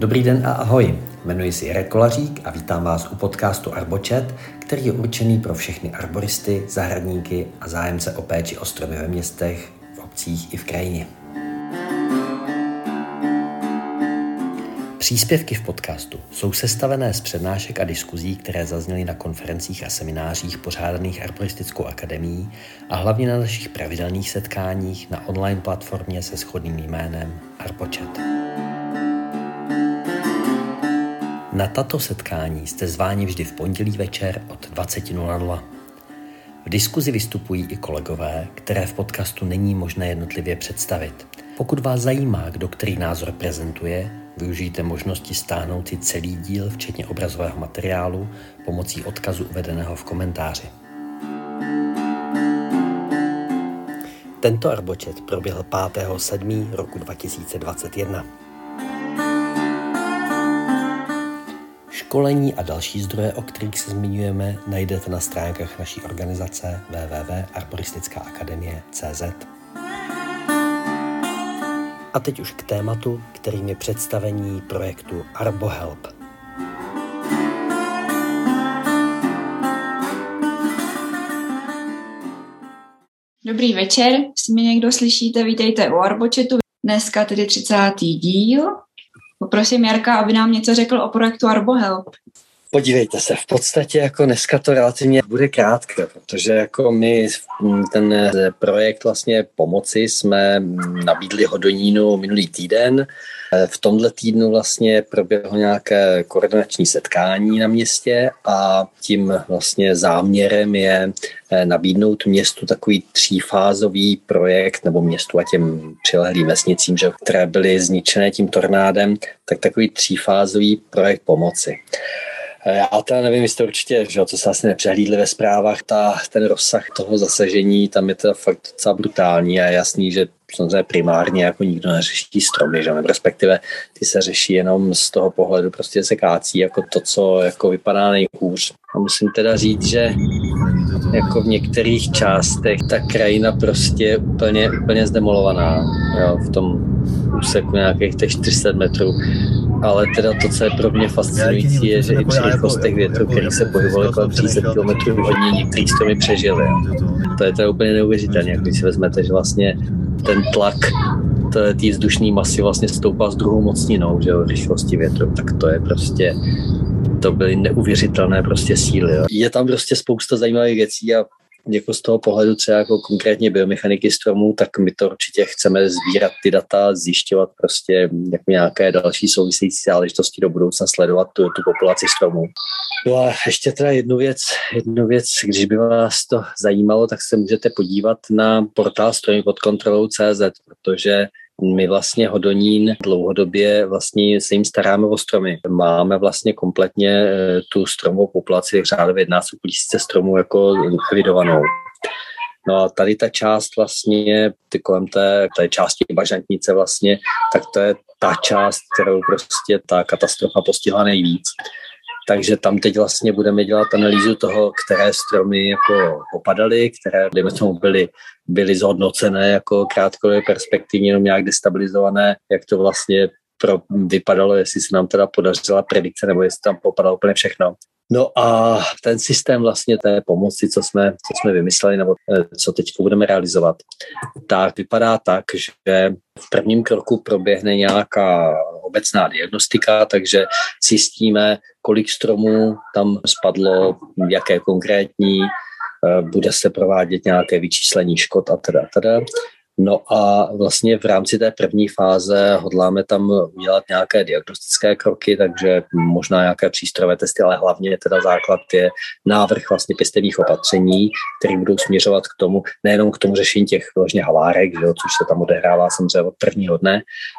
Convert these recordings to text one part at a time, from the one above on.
Dobrý den a ahoj, jmenuji se Jirek Kolařík a vítám vás u podcastu Arbochat, který je určený pro všechny arboristy, zahradníky a zájemce o péči o stromy ve městech, v obcích i v krajině. Příspěvky v podcastu jsou sestavené z přednášek a diskuzí, které zazněly na konferencích a seminářích pořádaných Arboristickou akademií a hlavně na našich pravidelných setkáních na online platformě se shodným jménem Arbochat. Na tato setkání jste zváni vždy v pondělí večer od 20:00. V diskuzi vystupují i kolegové, které v podcastu není možné jednotlivě představit. Pokud vás zajímá, kdo který názor prezentuje, využijte možnosti stáhnout si celý díl, včetně obrazového materiálu, pomocí odkazu uvedeného v komentáři. Tento Arbochat proběhl 5.7. roku 2021. Školení a další zdroje, o kterých se zmiňujeme, najdete na stránkách naší organizace www.arboristickaakademie.cz. A teď už k tématu, kterým je představení projektu ArboHelp. Dobrý večer, jestli mě někdo slyšíte, vítejte u Arbochatu. Dneska tedy 30. díl. Poprosím Jarka, aby nám něco řekl o projektu ArboHelp. Podívejte se, v podstatě jako dneska to relativně bude krátké, protože jako my ten projekt vlastně pomoci jsme nabídli Hodonínu minulý týden. V tomhle týdnu vlastně proběhlo nějaké koordinační setkání na městě a tím vlastně záměrem je nabídnout městu takový třífázový projekt, nebo městu a těm přilehlým vesnicím, že, které byly zničené tím tornádem, tak takový třífázový projekt pomoci. Já teda nevím, jste určitě, že co se asi nepřehlídli ve zprávách, ten rozsah toho zasažení, tam je to fakt docela brutální a je jasný, že samozřejmě primárně jako nikdo neřeší stromy, že? Respektive ty se řeší jenom z toho pohledu prostě se kácí jako to, co jako vypadá nejhůř. A musím teda říct, že jako v některých částech ta krajina prostě je úplně zdemolovaná, jo? V tom úseku nějakých těch 400 metrů. Ale teda to, co je pro mě fascinující, je, že i při rychlostech větru, který se pohybovaly kolem 300 km hodně, některý stromy přežily. To je teda úplně neuvěřitelné, jak když si vezmete, že vlastně ten tlak té vzdušné masy vlastně stoupá s druhou mocninou, že jo, rychlosti větru, tak to je prostě, to byly neuvěřitelné prostě síly. Jo. Je tam prostě spousta zajímavých věcí a jako z toho pohledu třeba jako konkrétně biomechaniky stromů, tak my to určitě chceme sbírat ty data, zjišťovat prostě jako nějaké další související záležitosti do budoucna, sledovat tu populaci stromů. No a ještě teda jednu věc, když by vás to zajímalo, tak se můžete podívat na portál Stromy pod kontrolou.cz, protože my vlastně Hodonín dlouhodobě vlastně se jim staráme o stromy. Máme vlastně kompletně tu stromovou populaci řádově 11 000 stromů jako evidovanou. No a tady ta část vlastně, kolem té části Bažantnice vlastně, tak to je ta část, kterou prostě ta katastrofa postihla nejvíc. Takže tam teď vlastně budeme dělat analýzu toho, které stromy jako opadaly, které dejme tomu byly zhodnocené jako krátkodobě perspektivně jenom nějak destabilizované, jak to vlastně vypadalo, jestli se nám teda podařila predikce, nebo jestli tam popadalo úplně všechno. No a ten systém vlastně té pomoci, co jsme vymysleli, nebo co teď budeme realizovat, tak vypadá tak, že v prvním kroku proběhne nějaká obecná diagnostika, takže zjistíme, kolik stromů tam spadlo, jaké konkrétní, bude se provádět nějaké vyčíslení škod a teda. No a vlastně v rámci té první fáze hodláme tam udělat nějaké diagnostické kroky, takže možná nějaké přístrojové testy, ale hlavně teda základ je návrh vlastně pěstebních opatření, které budou směřovat k tomu, nejenom k tomu řešení těch vlastně havárek, že jo, což se tam odehrává samozřejmě od prvního dne,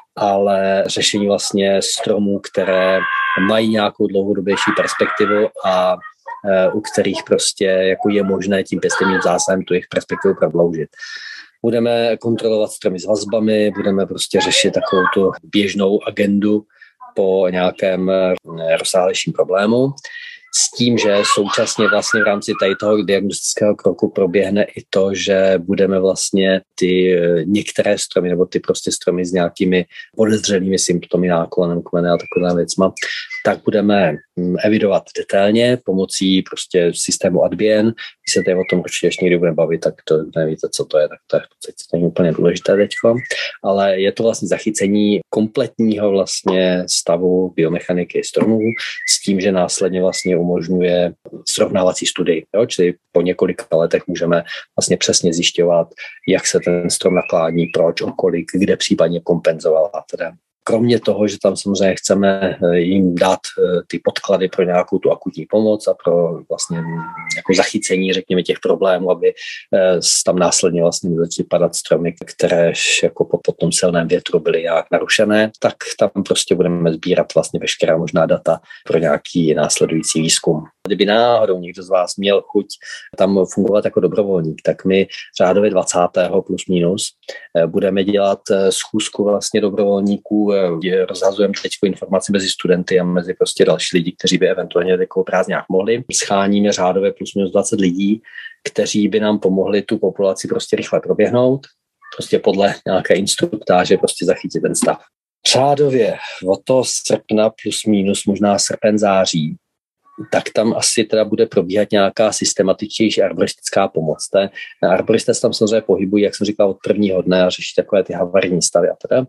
ale řešení vlastně stromů, které mají nějakou dlouhodobější perspektivu a u kterých prostě jako je možné tím pěstebním zásahem tu jejich perspektivu prodloužit. Budeme kontrolovat stromy s vazbami, budeme prostě řešit takovou tu běžnou agendu po nějakém rozsáhlejším problému. s tím, že současně vlastně v rámci tady toho diagnostického kroku proběhne i to, že budeme vlastně ty některé stromy nebo ty prostě stromy s nějakými podezřelými symptomy, náklonem kmene a takovými věcma, tak budeme evidovat detailně pomocí prostě systému Adbien. Když se tady o tom určitě ještě někdy budeme bavit, tak to nevíte, co to je, tak to je v podstatě není úplně důležité teďko. Ale je to vlastně zachycení kompletního vlastně stavu biomechaniky stromů s tím, že následně vlastně umožňuje srovnávací studii. Jo? Čili po několika letech můžeme vlastně přesně zjišťovat, jak se ten strom naklání, proč, o kolik, kde případně kompenzoval a teda. Kromě toho, že tam samozřejmě chceme jim dát ty podklady pro nějakou tu akutní pomoc a pro vlastně jako zachycení, řekněme, těch problémů, aby tam následně vlastně začaly padat stromy, které jako po tom silném větru byly nějak narušené, tak tam prostě budeme sbírat vlastně veškerá možná data pro nějaký následující výzkum. Kdyby náhodou někdo z vás měl chuť tam fungovat jako dobrovolník, tak my řádově 20. plus minus budeme dělat schůzku vlastně dobrovolníků, rozhazujeme teď informace mezi studenty a mezi prostě další lidi, kteří by eventuálně takovou prázdňák mohli. Scháníme řádově plus minus 20 lidí, kteří by nám pomohli tu populaci prostě rychle proběhnout, prostě podle nějaké instruktáže prostě zachytit ten stav. Řádově od toho srpna plus minus, možná srpen, září, tak tam asi teda bude probíhat nějaká systematičtější arboristická pomoc. Arboristé se tam samozřejmě pohybují, jak jsem říkal, od prvního dne a řeší takové ty havarijní stavy a teda.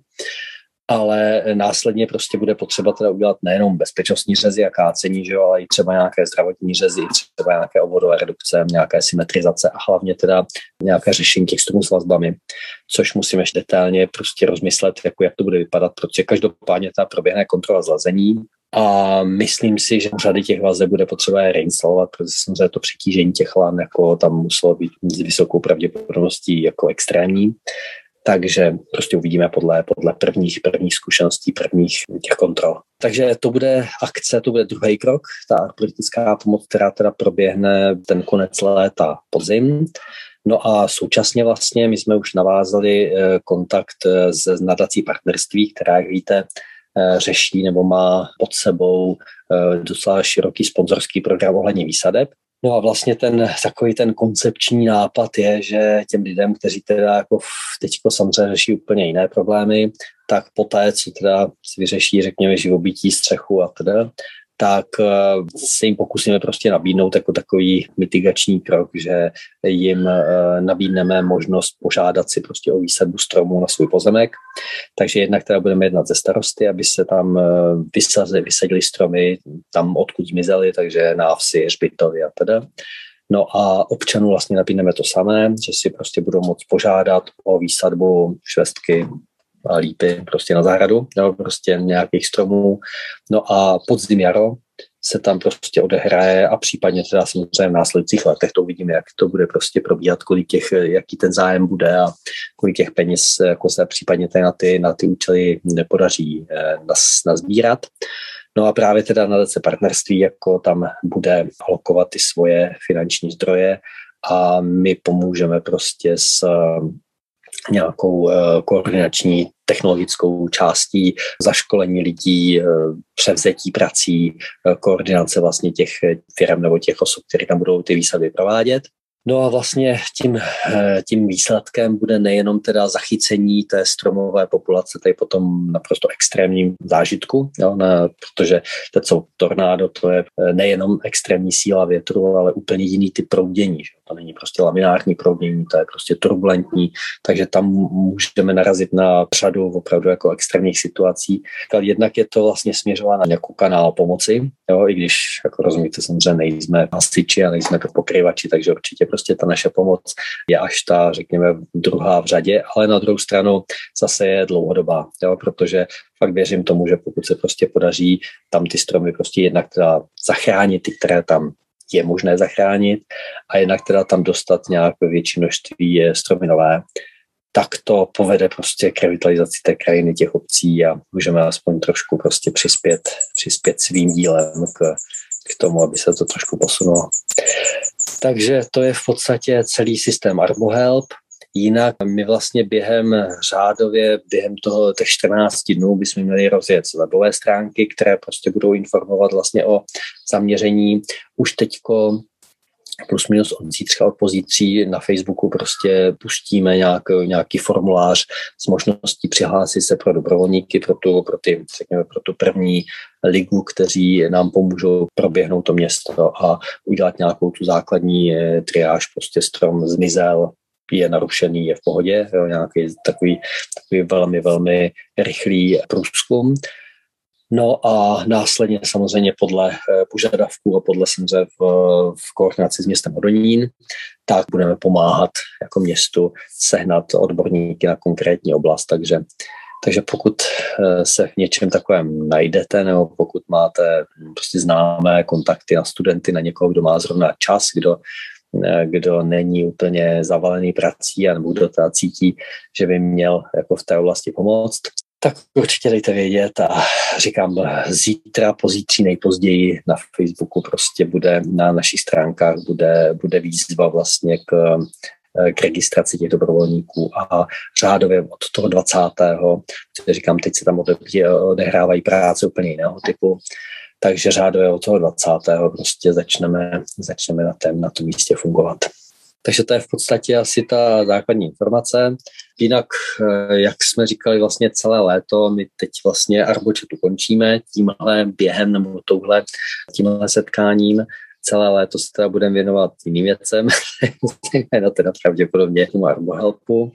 Ale následně prostě bude potřeba teda udělat nejenom bezpečnostní řezy a kácení, že jo, ale i třeba nějaké zdravotní řezy, třeba nějaké obvodové redukce, nějaké symetrizace a hlavně teda nějaké řešení těch stromů s vazbami, což musíme ještě detailně prostě rozmyslet, jako jak to bude vypadat, protože každopádně ta proběhne kontrola zlazení. A myslím si, že řady těch vazeb bude potřeba je reinstalovat, protože samozřejmě to přetížení těch lan jako tam muselo být s vysokou pravděpodobností jako extrémní. Takže prostě uvidíme podle prvních zkušeností, prvních těch kontrol. Takže to bude akce, to bude druhý krok, ta politická pomoc, která teda proběhne ten konec léta, podzim. No a současně vlastně my jsme už navázali kontakt s nadací partnerství, která, jak víte, řeší nebo má pod sebou docela široký sponzorský program ohledně výsadeb. No a vlastně ten koncepční nápad je, že těm lidem, kteří teda jako teďko samozřejmě řeší úplně jiné problémy, tak poté, co teda si vyřeší, řekněme, živobytí, střechu a teda, tak se jim pokusíme prostě nabídnout jako takový mitigační krok, že jim nabídneme možnost požádat si prostě o výsadbu stromů na svůj pozemek. Takže jednak teda budeme jednat ze starosty, aby se tam vysadili stromy tam, odkud zmizely, takže návsi, hřbitovy a teda. No a občanů vlastně nabídneme to samé, že si prostě budou moct požádat o výsadbu švestky a lípy prostě na zahradu, nebo prostě nějakých stromů. No a podzim, jaro se tam prostě odehraje a případně teda samozřejmě v následujících letech to uvidíme, jak to bude prostě probíhat, jaký ten zájem bude a kolik těch peněz jako se případně na ty účely nepodaří nazbírat. No a právě teda nadace partnerství jako tam bude alokovat ty svoje finanční zdroje a my pomůžeme prostě s nějakou koordinační technologickou částí, zaškolení lidí, převzetí prací, koordinace vlastně těch firm nebo těch osob, které tam budou ty výsadby provádět. No a vlastně tím výsledkem bude nejenom teda zachycení té stromové populace, tady potom naprosto extrémním zážitku, jo, protože teď jsou tornádo, to je nejenom extrémní síla větru, ale úplně jiný typ proudění. Že? To není prostě laminární proudění, to je prostě turbulentní, takže tam můžeme narazit na řadu opravdu jako extrémních situací. Jednak je to vlastně směřováno na nějakou kanál pomoci, jo, i když, jako rozumíte, samozřejmě nejsme hasiči a nejsme pokryvači, takže určitě prostě ta naše pomoc je až ta, řekněme, druhá v řadě, ale na druhou stranu zase je dlouhodobá, jo, protože fakt věřím tomu, že pokud se prostě podaří tam ty stromy prostě jednak teda zachránit, ty, které tam je možné zachránit a jednak teda tam dostat nějak větší množství stromy nové, tak to povede prostě k revitalizaci té krajiny, těch obcí a můžeme aspoň trošku prostě přispět svým dílem k tomu, aby se to trošku posunulo. Takže to je v podstatě celý systém ArboHelp. Jinak my vlastně během těch 14 dnů bychom měli rozjet webové stránky, které prostě budou informovat vlastně o zaměření. Už teďko plus minus od zítřka, od pozítří na Facebooku prostě pustíme nějaký formulář s možností přihlásit se pro dobrovolníky, pro tu první ligu, kteří nám pomůžou proběhnout to město a udělat nějakou tu základní triáž, prostě strom zmizel, je narušený, je v pohodě, jo, nějaký takový velmi, velmi rychlý průzkum. No a následně samozřejmě podle požadavků a podle samozřejmě v koordinaci s městem Hodonín, tak budeme pomáhat jako městu sehnat odborníky na konkrétní oblast. Takže pokud se v něčem takovém najdete, nebo pokud máte prostě známé kontakty na studenty, na někoho, kdo má zrovna čas, kdo není úplně zavalený prací, nebo kdo teda cítí, že by měl jako v té oblasti pomoct, tak určitě dejte vědět a říkám, zítra, pozítří nejpozději na Facebooku prostě bude na našich stránkách bude výzva vlastně k registraci těch dobrovolníků a řádově od toho 20. Říkám, teď se tam odehrávají práce úplně jiného typu, takže řádově od toho 20. prostě začneme na tom místě fungovat. Takže to je v podstatě asi ta základní informace. Jinak, jak jsme říkali vlastně celé léto, my teď vlastně Arbočetu končíme tímhle během nebo tímhle setkáním. Celé léto se teda budeme věnovat jiným věcem, teda pravděpodobně tomu Arbohelpu.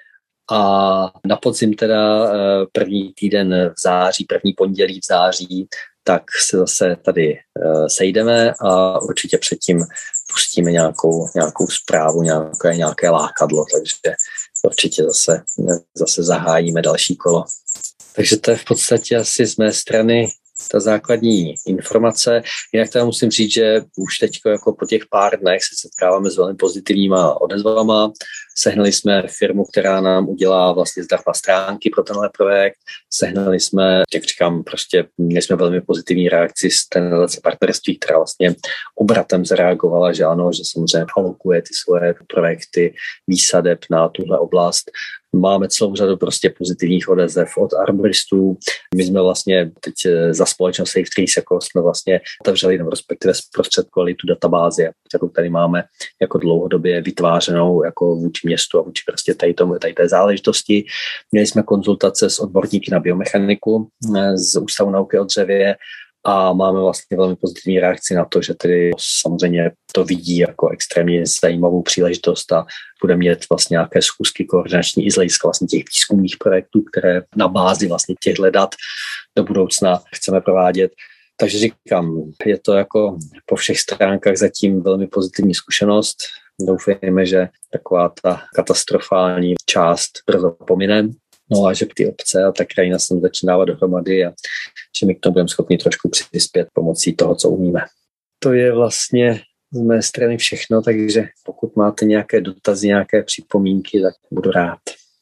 A na podzim teda první týden v září, první pondělí v září, tak se zase tady sejdeme a určitě předtím pustíme nějakou zprávu, nějaké lákadlo, takže určitě zase zahájíme další kolo. Takže to je v podstatě asi z mé strany ta základní informace. Jinak teda musím říct, že už teď jako po těch pár dnech se setkáváme s velmi pozitivníma odezvama. Sehnali jsme firmu, která nám udělá vlastně zdarma stránky pro tenhle projekt. Sehnali jsme, jak říkám, prostě měli jsme velmi pozitivní reakci z tenhle partnerství, která vlastně obratem zareagovala, že ano, že samozřejmě alokuje ty svoje projekty výsadeb na tuhle oblast. Máme celou řadu prostě pozitivních odezev od arboristů. My jsme vlastně teď za společnost Safe Trees jako jsme vlastně otevřeli nebo respektive zprostředkovali tu databázi, kterou tady máme jako dlouhodobě vytvářenou jako vůči městu a vůči prostě tady té záležitosti. Měli jsme konzultace s odborníky na biomechaniku z Ústavu nauky o dřevě a máme vlastně velmi pozitivní reakci na to, že tedy samozřejmě to vidí jako extrémně zajímavou příležitost a bude mít vlastně nějaké schůzky koordinační i z hlediska vlastně těch výzkumných projektů, které na bázi vlastně těchto dat do budoucna chceme provádět. Takže říkám, je to jako po všech stránkách zatím velmi pozitivní zkušenost. Doufejme, že taková ta katastrofální část brzo pomine. No a že ty obce a ta krajina se začne dávat dohromady a že my k tomu budeme schopni trošku přispět pomocí toho, co umíme. To je vlastně z mé strany všechno, takže pokud máte nějaké dotazy, nějaké připomínky, tak budu rád.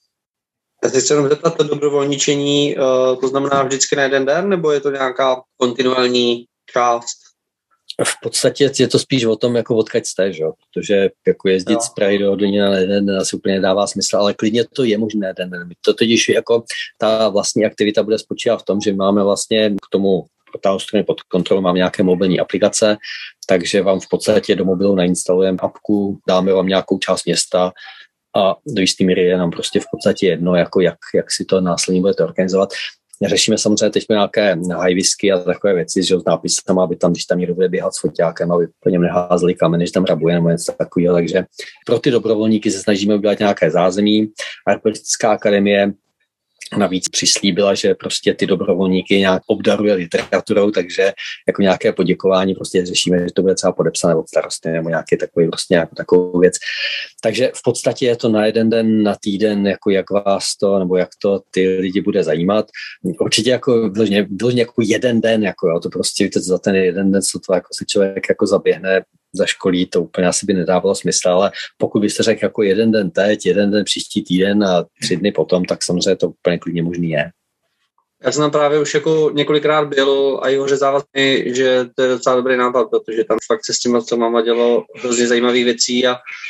Já se chci jenom zeptat, to dobrovolničení, to znamená vždycky na jeden den, nebo je to nějaká kontinuální část? V podstatě je to spíš o tom, jako odkud jste, že? Protože jako jezdit z Prahy do Hodonína na jeden den asi úplně nedává smysl, ale klidně to je možné jeden den. To totiž jako ta vlastní aktivita bude spočívat v tom, že máme vlastně k tomu portálu strany pod kontrolou, mám nějaké mobilní aplikace, takže vám v podstatě do mobilu nainstalujeme apku, dáme vám nějakou část města a do jistý míry je nám prostě v podstatě jedno, jako jak si to následně budete organizovat. Řešíme samozřejmě teď nějaké hajvisky a takové věci, že s nápisem, aby tam, když tam někdo bude běhat s foťákem, aby po něm neházeli kameny, že tam rabuje nebo něco takového. Takže pro ty dobrovolníky se snažíme udělat nějaké zázemí. Arboristická akademie navíc přislíbila, že prostě ty dobrovolníky nějak obdaruje literaturou, takže jako nějaké poděkování prostě řešíme, že to bude třeba podepsané od starosty nebo nějaký takový prostě nějakou takovou věc. Takže v podstatě je to na jeden den, na týden, jako jak vás to, nebo jak to ty lidi bude zajímat. Určitě jako vyloženě jako jeden den, jako jo, to prostě víte, za ten jeden den, co to jako se člověk jako zaběhne za školí, to úplně asi by nedávalo smysl, ale pokud byste řekl jako jeden den teď, jeden den příští týden a 3 dny potom, tak samozřejmě to úplně klidně možný je. Já jsem tam právě už jako několikrát byl a Jihoře závazný, že to je docela dobrý nápad, protože tam fakt se s těma, co máma dělo hrozně zajímavých věcí a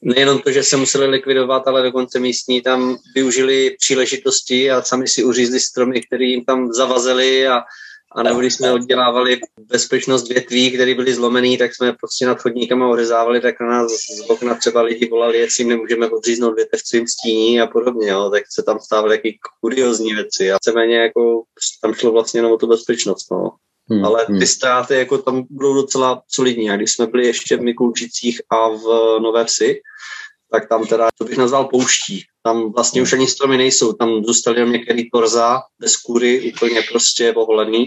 nejenom to, že se museli likvidovat, ale dokonce místní tam využili příležitosti a sami si uřízli stromy, které jim tam zavazeli a nebo když jsme oddělávali bezpečnost větví, které byly zlomený, tak jsme prostě nad chodníkama odřezávali, tak na nás z okna třeba lidi volali, jestli jim nemůžeme odříznout větev, co jim stíní a podobně, jo. Tak se tam stávaly taky kuriozní věci a víceméně jako tam šlo vlastně jenom o tu bezpečnost, no. Ale ty ztráty jako tam budou docela solidní. A když jsme byli ještě v Mikulčicích a v Nové Vsi, tak tam teda, to bych nazval pouští. Tam vlastně už ani stromy nejsou, tam zůstaly jenom některý torza bez kůry, úplně prostě poholený.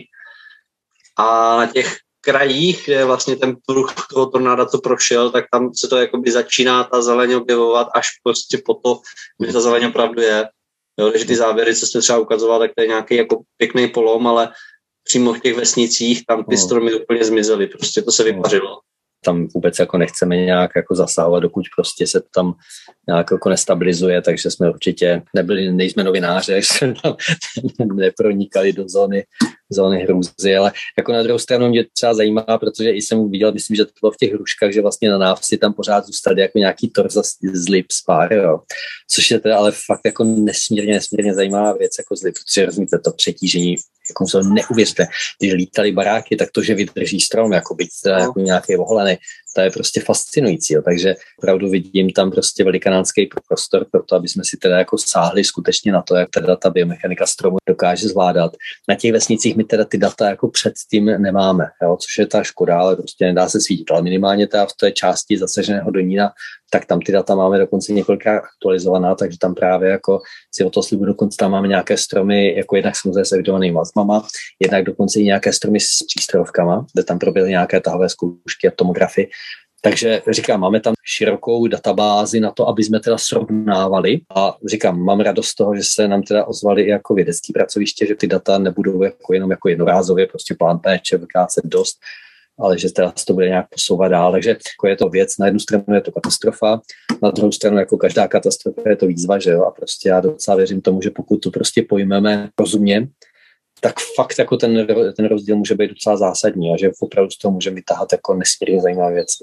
A na těch krajích, kde vlastně ten pruh toho tornáda to prošel, tak tam se to jakoby začíná ta zeleň objevovat až prostě po to, kde ta zeleň opravdu je. Jo, takže ty záběry, co jste třeba ukazoval, tak to je nějaký jako pěkný polom, ale přímo v těch vesnicích tam ty stromy úplně zmizely, prostě to se vypařilo. Tam vůbec jako nechceme nějak jako zasahovat, dokud prostě se to tam nějak jako nestabilizuje, takže jsme určitě nejsme novináři, jsme tam nepronikali do zóny hrůzy, ale jako na druhou stranu mě třeba zajímá, protože i jsem viděl, myslím, že to bylo v těch hruškách, že vlastně na návsi tam pořád zůstaly jako nějaký torza z lip spár, jo. Což je teda ale fakt jako nesmírně zajímavá věc jako z lip, protože rozumíte, to přetížení jako se neuvěřte, když lítaly baráky, tak to, že vydrží strom, jako byť teda jako nějaký oholený, to je prostě fascinující, jo. Takže opravdu vidím tam prostě velikánský prostor pro to, aby jsme si teda jako sáhli skutečně na to, jak teda ta biomechanika stromu dokáže zvládat. Na těch vesnicích my teda ty data jako předtím nemáme, jo, což je ta škoda, ale prostě nedá se svítit, ale minimálně teda v té části zasaženého Donína, tak tam ty data máme dokonce několikrát aktualizovaná, takže tam právě jako si o to slibu dokonce tam máme nějaké stromy, jako jednak samozřejmě s evidovanými vazbama, jednak dokonce i nějaké stromy s přístrojovkama, kde tam proběhly nějaké tahové zkoušky a tomografy. Takže říkám, máme tam širokou databázi na to, aby jsme teda srovnávali a říkám, mám radost z toho, že se nám teda ozvali i jako vědecké pracoviště, že ty data nebudou jako jenom jako jednorázově, prostě plán péče, vykácet dost, ale že teda se to bude nějak posouvat dál. Takže jako je to věc, na jednu stranu je to katastrofa, na druhou stranu jako každá katastrofa je to výzva, že jo, a prostě já docela věřím tomu, že pokud to prostě pojmeme rozumně, tak fakt jako ten rozdíl může být docela zásadní a že opravdu z toho můžeme vytáhat jako nesmírně zajímavé věci,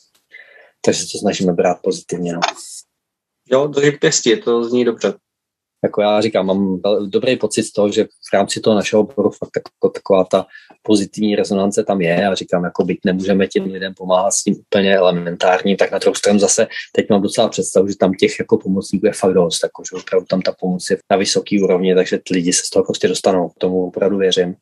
takže se to snažíme brát pozitivně. No. Jo, to je pěstí, to zní dobře. Jako já říkám, mám dobrý pocit z toho, že v rámci toho našeho oboru fakt jako taková ta pozitivní rezonance tam je a říkám, jako byť nemůžeme těm lidem pomáhat s tím úplně elementárním, tak na druhou stranu zase teď mám docela představu, že tam těch jako pomocníků je fakt dost, jako, že opravdu tam ta pomoc je na vysoký úrovni, takže ty lidi se z toho prostě dostanou, k tomu opravdu věřím.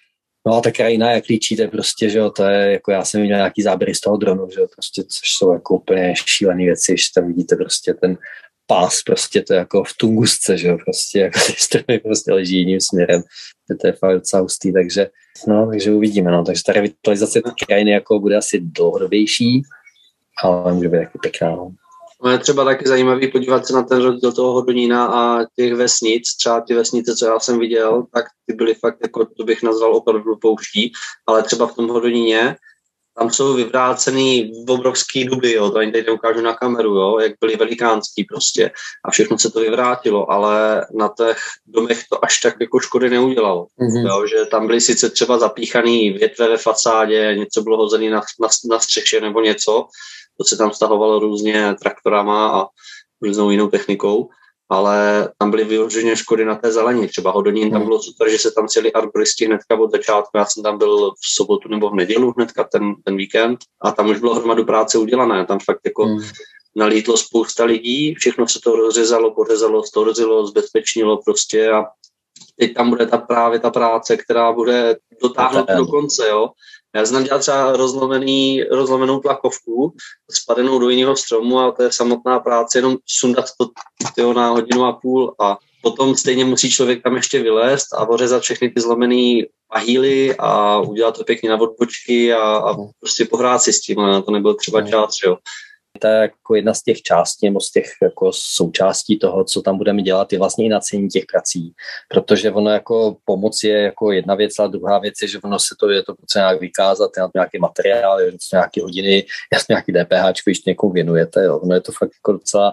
No a ta krajina, jak líčíte prostě, že jo, to je, jako já jsem viděl nějaký záběry z toho dronu, že jo, prostě, což jsou jako úplně šílené věci, že tam vidíte prostě ten pás, prostě to je jako v Tungusce, že jo, prostě jako ty stromy prostě leží jiným směrem, to je fakt docela hustý, takže uvidíme, no, takže ta revitalizace té krajiny jako bude asi dlouhodobější, ale může být taky pěkná, no. No je třeba taky zajímavý podívat se na ten rozdíl toho Hodonína a těch vesnic, třeba ty vesnice, co já jsem viděl, tak ty byly fakt, jako to bych nazval opravdu pouští, ale třeba v tom Hodoníně, tam jsou vyvrácený obrovský duby, jo, to ani teď neukážu na kameru, jo, jak byly velikánský prostě a všechno se to vyvrátilo, ale na těch domech to až tak jako škody neudělalo, jo, že tam byly sice třeba zapíchaný větve ve fasádě, něco bylo hozený na střeše nebo něco, to se tam stahovalo různě traktorama a různou jinou technikou, ale tam byly vyloženě škody na té zelení. Třeba Hodonín, tam bylo super, že se tam celi arboristi hnedka od začátku. Já jsem tam byl v sobotu nebo v nedělu hnedka ten víkend a tam už bylo hromadu práce udělané. Tam fakt jako nalítlo spousta lidí, všechno se to rozřezalo, pořezalo, storzilo, zbezpečnilo prostě a teď tam bude právě ta práce, která bude dotáhnout do konce, jo. Já znám dělat třeba rozlomenou tlakovku spadenou do jiného stromu a to je samotná práce, jenom sundat to na hodinu a půl a potom stejně musí člověk tam ještě vylézt a ořezat všechny ty zlomený pahýly a udělat to pěkně na odbočky a prostě pohrát si s tím, ale na to nebyl třeba čas, jo. To je jako jedna z těch částí nebo z těch jako součástí toho, co tam budeme dělat, je vlastně i nacení těch prací, protože ono jako pomoc je jako jedna věc, a druhá věc je, že ono je to potřeba nějak vykázat, nějaký materiál, nějaké hodiny, jasně nějaký DPH, když někomu věnujete, jo. Ono je to fakt jako docela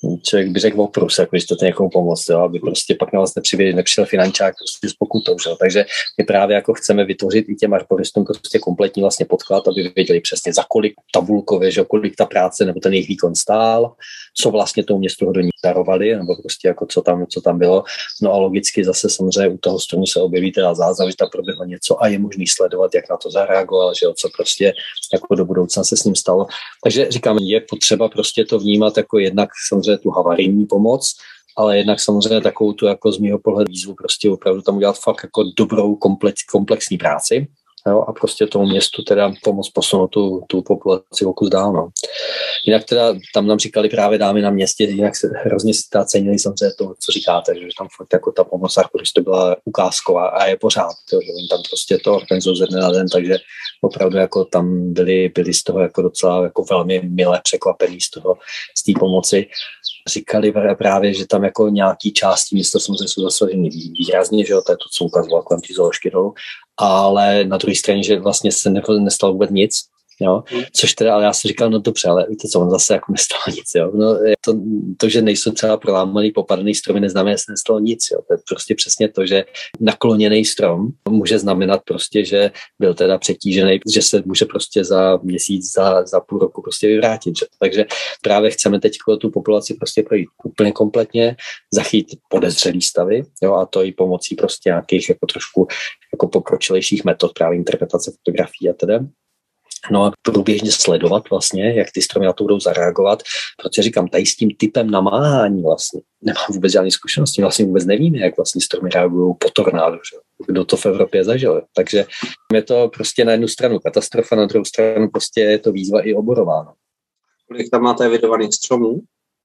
člověk by řekl oprus, jako když to někomu pomoct, jo, aby prostě pak na vás nepřišel finančák prostě s pokutou. Jo. Takže my právě jako chceme vytvořit i těm arboristům prostě kompletní vlastně podklad, aby věděli přesně za kolik tabulkově, že kolik ta práce nebo ten jejich výkon stál, co vlastně tomu městu Hodonín darovali, nebo prostě jako co tam bylo. No a logicky zase samozřejmě u toho stromu se objeví teda záznam, že tam proběhlo něco a je možný sledovat, jak na to zareagoval, že jo, co prostě jako do budoucna se s ním stalo. Takže říkám, je potřeba prostě to vnímat jako jednak samozřejmě tu havarijní pomoc, ale jednak samozřejmě takovou tu jako z mýho pohledu výzvu prostě opravdu tam udělat fakt jako dobrou komplexní práci. Jo, a prostě tomu městu teda pomoct posunout tu populaci o kus dál. No. Jinak teda tam nám říkali právě dámy na městě, jinak se hrozně si cenili samozřejmě to, co říkáte, že tam fakt jako ta pomoc to byla ukázková a je pořád, jo, že oni tam prostě to organizují ze dne na den, takže opravdu jako tam byli z toho jako docela jako velmi milé překvapený z té pomoci. Říkali právě, že tam jako nějaký části města samozřejmě jsou zasažený výrazně, že jo, to je to, co ukazoval kolem tí zooložky dolů, ale na druhé straně, že vlastně se nestalo vůbec nic, jo, což teda, ale já si říkal, no dobře, ale víte co, on zase jako nestalo nic, jo, no to, že nejsou třeba prolámaný, popadaný stromy, neznamená, že se nestalo nic, jo, to je prostě přesně to, že nakloněný strom může znamenat prostě, že byl teda přetížený, že se může prostě za měsíc, za půl roku prostě vyvrátit, že? Takže právě chceme teď tu populaci prostě projít úplně kompletně, zachytit podezřelý stavy, jo, a to i pomocí prostě nějakých jako trošku jako pokročilejších metod právě interpretace fotografií a teda. No a průběžně sledovat vlastně, jak ty stromy na to budou zareagovat, protože říkám, tady s tím typem namáhání vlastně nemám vůbec žádné zkušenosti, vlastně vůbec nevíme, jak vlastně stromy reagují po tornádu, že? Kdo to v Evropě zažil. Takže je to prostě na jednu stranu katastrofa, na druhou stranu prostě je to výzva i oborová. No. Kolik tam máte evidovaných stromů?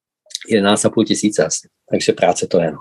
11,5 tisíce asi, takže práce to je. No.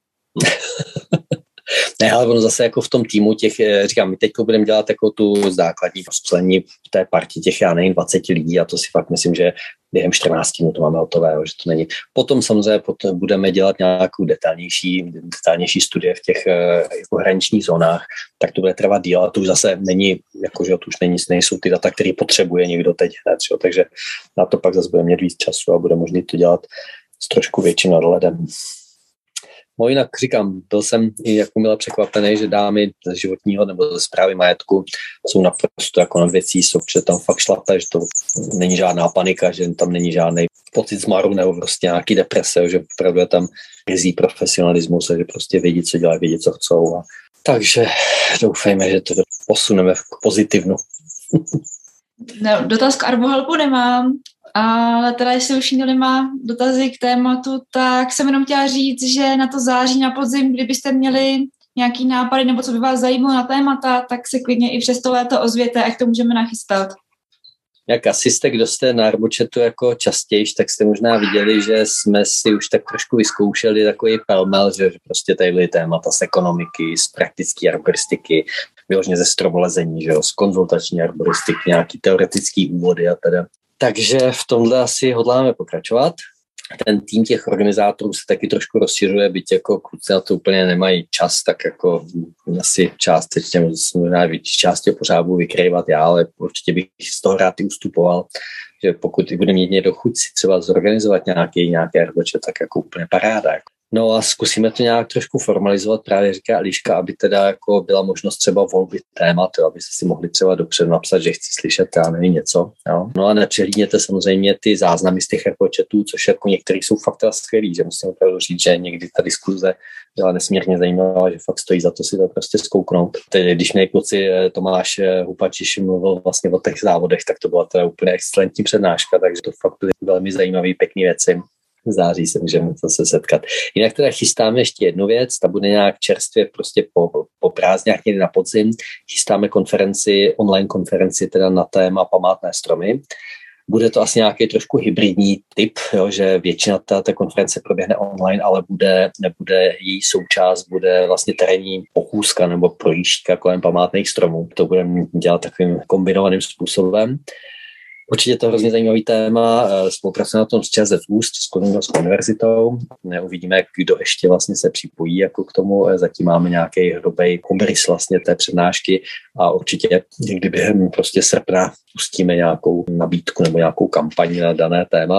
Ne, ale ono zase jako v tom týmu těch, říkám, my teď budeme dělat jako tu základní rozptylení v té partii těch, já nevím, 20 lidí a to si fakt myslím, že během 14 dnů to máme hotové, že to není. Potom samozřejmě budeme dělat nějakou detailnější studie v těch jako hraničních zónách, tak to bude trvat díl a to už zase není, jakože to už nejsou ty data, které potřebuje někdo teď hned, jo, takže na to pak zase budeme mít víc času a bude možné to dělat s trošku větším nadhledem. No jinak říkám, byl jsem i jakmile překvapený, že dámy ze životního nebo ze správy majetku jsou naprosto jako nad věcí, že tam fakt šlape, že to není žádná panika, že tam není žádný pocit zmaru nebo prostě nějaký deprese, že opravdu je tam rizí profesionalismus a že prostě vědí, co dělají, vědí, co chcou. Takže doufejme, že to posuneme k pozitivnu. No, dotaz k Arbohelpu nemám, ale teda jestli už někdo nemá dotazy k tématu, tak jsem jenom chtěla říct, že na to září, na podzim, kdybyste měli nějaký nápady nebo co by vás zajímalo na témata, tak se klidně i přes to léto ozvěte, ať to můžeme nachystat. Jak asi jste, kdo jste na Arbočetu jako častější, tak jste možná viděli, že jsme si už tak trošku vyzkoušeli takový pelmel, že prostě tady byly témata z ekonomiky, z praktické arboristiky, vyloženě ze stromolezení, že jo, z konzultační arboristiky, nějaký teoretický úvody a teda. Takže v tomhle asi hodláme pokračovat. Ten tým těch organizátorů se taky trošku rozšiřuje, byť jako kluci na to úplně nemají čas, tak jako asi částečně možná větší části pořád budu vykrývat já, ale určitě bych z toho rád i ustupoval, že pokud bude mít někdo chuť si třeba zorganizovat nějaké arboče, tak jako úplně paráda. Jako. No a zkusíme to nějak trošku formalizovat, právě říká Eliška, aby teda jako byla možnost třeba volby témat, jo, aby si mohli třeba dopředu napsat, že chci slyšet, já nevím něco. Jo. No a nepřehlídněte samozřejmě ty záznamy z těch arbočetů, což jako některý jsou fakt teda skvělý, že musím opravdu říct, že někdy ta diskuze byla nesmírně zajímavá, že fakt stojí za to si to prostě zkouknout. Tedy, když mě kluci Tomáš Hupačiš mluvil vlastně o těch závodech, tak to byla teda úplně excelentní přednáška, takže to fakt byly velmi zajímavé, pěkné věci. V září se můžeme zase setkat. Jinak teda chystáme ještě jednu věc, ta bude nějak čerstvě prostě po prázdninách někdy na podzim. Chystáme online konferenci teda na téma památné stromy. Bude to asi nějaký trošku hybridní typ, jo, že většina té konference proběhne online, ale nebude její součást, bude vlastně terénní pochůzka nebo projížďka kolem památných stromů. To budeme dělat takovým kombinovaným způsobem. Určitě je to hrozně zajímavý téma, spolupracujeme na tom s ČSFU, s Českou univerzitou. Uvidíme, kdo ještě vlastně se připojí jako k tomu. Zatím máme nějaký hrubý obrys vlastně té přednášky a určitě někdy během prostě srpna pustíme nějakou nabídku nebo nějakou kampaň na dané téma.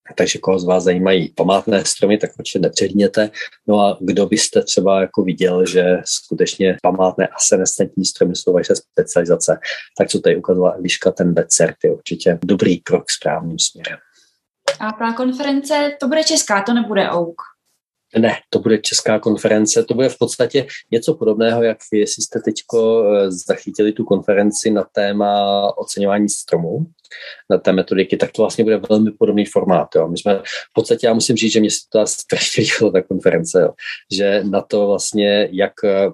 Takže koho z vás zajímají památné stromy, tak určitě nepřehlídněte. No a kdo byste třeba jako viděl, že skutečně památné a senescentní stromy jsou vaše specializace, tak co tady ukazovala Eliška, ten BCERT je určitě dobrý krok správným směrem. A ta konference, to bude česká, to nebude OUK? Ne, to bude česká konference, to bude v podstatě něco podobného, jak jestli jste teďko zachytili tu konferenci na téma oceňování stromů, na té metodiky, tak to vlastně bude velmi podobný formát. Jo. My jsme, v podstatě já musím říct, že mě se to strašně líbilo ta konference, jo. Že na to vlastně, jak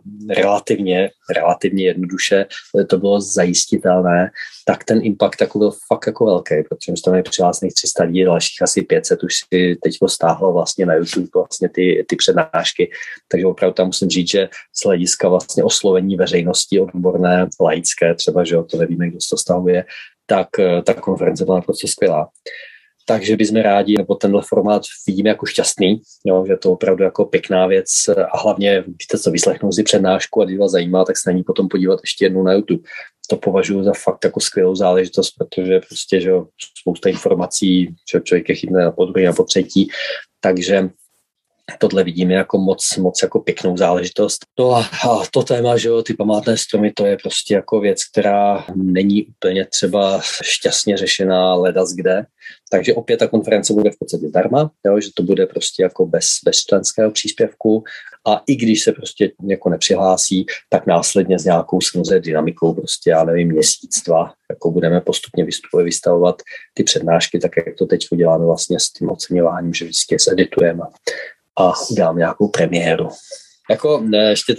relativně jednoduše to bylo zajistitelné, tak ten impact jako byl fakt jako velký, protože jsme tam měli přihlásených 300 lidí, dalších asi 500 už si teďko stáhlo vlastně na YouTube vlastně ty přednášky, takže opravdu tam musím říct, že z hlediska vlastně oslovení veřejnosti odborné, laické třeba, že jo, to nevíme, kdo se to stahuje, tak ta konference byla naprosto skvělá. Takže bychom rádi, nebo tenhle formát vidíme jako šťastný, jo, že to opravdu jako pěkná věc a hlavně víte co, vyslechnout si přednášku a když vás zajímá, tak se na ní potom podívat ještě jednou na YouTube. To považuji za fakt jako skvělou záležitost, protože prostě, že spousta informací, že člověk je chytne na podruhé, na potřetí, takže tohle vidíme jako moc jako pěknou záležitost. No a to téma, že jo, ty památné stromy, to je prostě jako věc, která není úplně třeba šťastně řešená ledas kde. Takže opět ta konference bude v podstatě zdarma, jo, že to bude prostě jako bez členského příspěvku a i když se prostě jako nepřihlásí, tak následně s nějakou samozřejmě dynamikou prostě, já nevím, měsíc, 2, jako budeme postupně vystavovat ty přednášky, tak jak to teď uděláme vlastně s tím oceňováním, že vždycky se editujeme a udělám nějakou premiéru. Jako ještě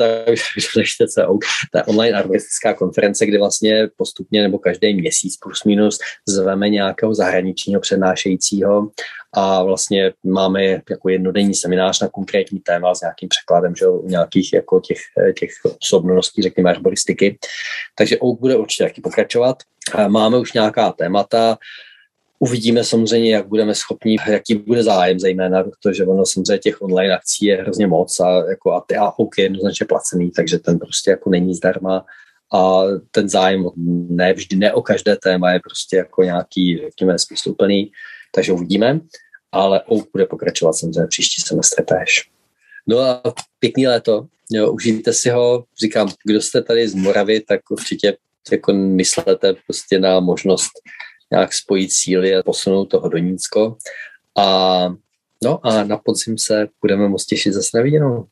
ta online arboristická konference, kde vlastně postupně nebo každý měsíc plus minus zveme nějakého zahraničního přednášejícího a vlastně máme jako jednodenní seminář na konkrétní téma s nějakým překladem, že nějakých jako těch osobností, řekněme, arboristiky. Takže OUK bude určitě taky pokračovat. Máme už nějaká témata. Uvidíme samozřejmě, jak budeme schopni, jaký bude zájem zejména, protože ono samozřejmě těch online akcí je hrozně moc a OUK je jednoznačně placený, takže ten prostě jako není zdarma a ten zájem ne o každé téma je prostě jako nějaký, řekněme, smysluplný, takže uvidíme, ale OUK bude pokračovat samozřejmě příští semestr též. No a pěkný léto, jo, užijte si ho, říkám, kdo jste tady z Moravy, tak určitě jako myslete prostě na možnost nějak spojit síly a posunout to Hodonínsko. A na podzim se budeme moc těšit zase na viděnou.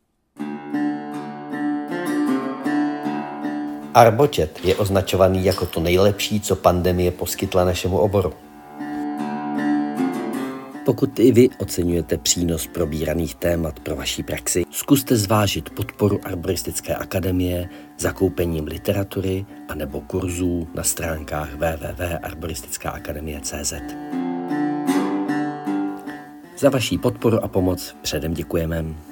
Arbochat je označovaný jako to nejlepší, co pandemie poskytla našemu oboru. Pokud i vy oceňujete přínos probíraných témat pro vaší praxi, zkuste zvážit podporu Arboristické akademie zakoupením literatury anebo kurzů na stránkách www.arboristicaakademie.cz. Za vaší podporu a pomoc předem děkujeme.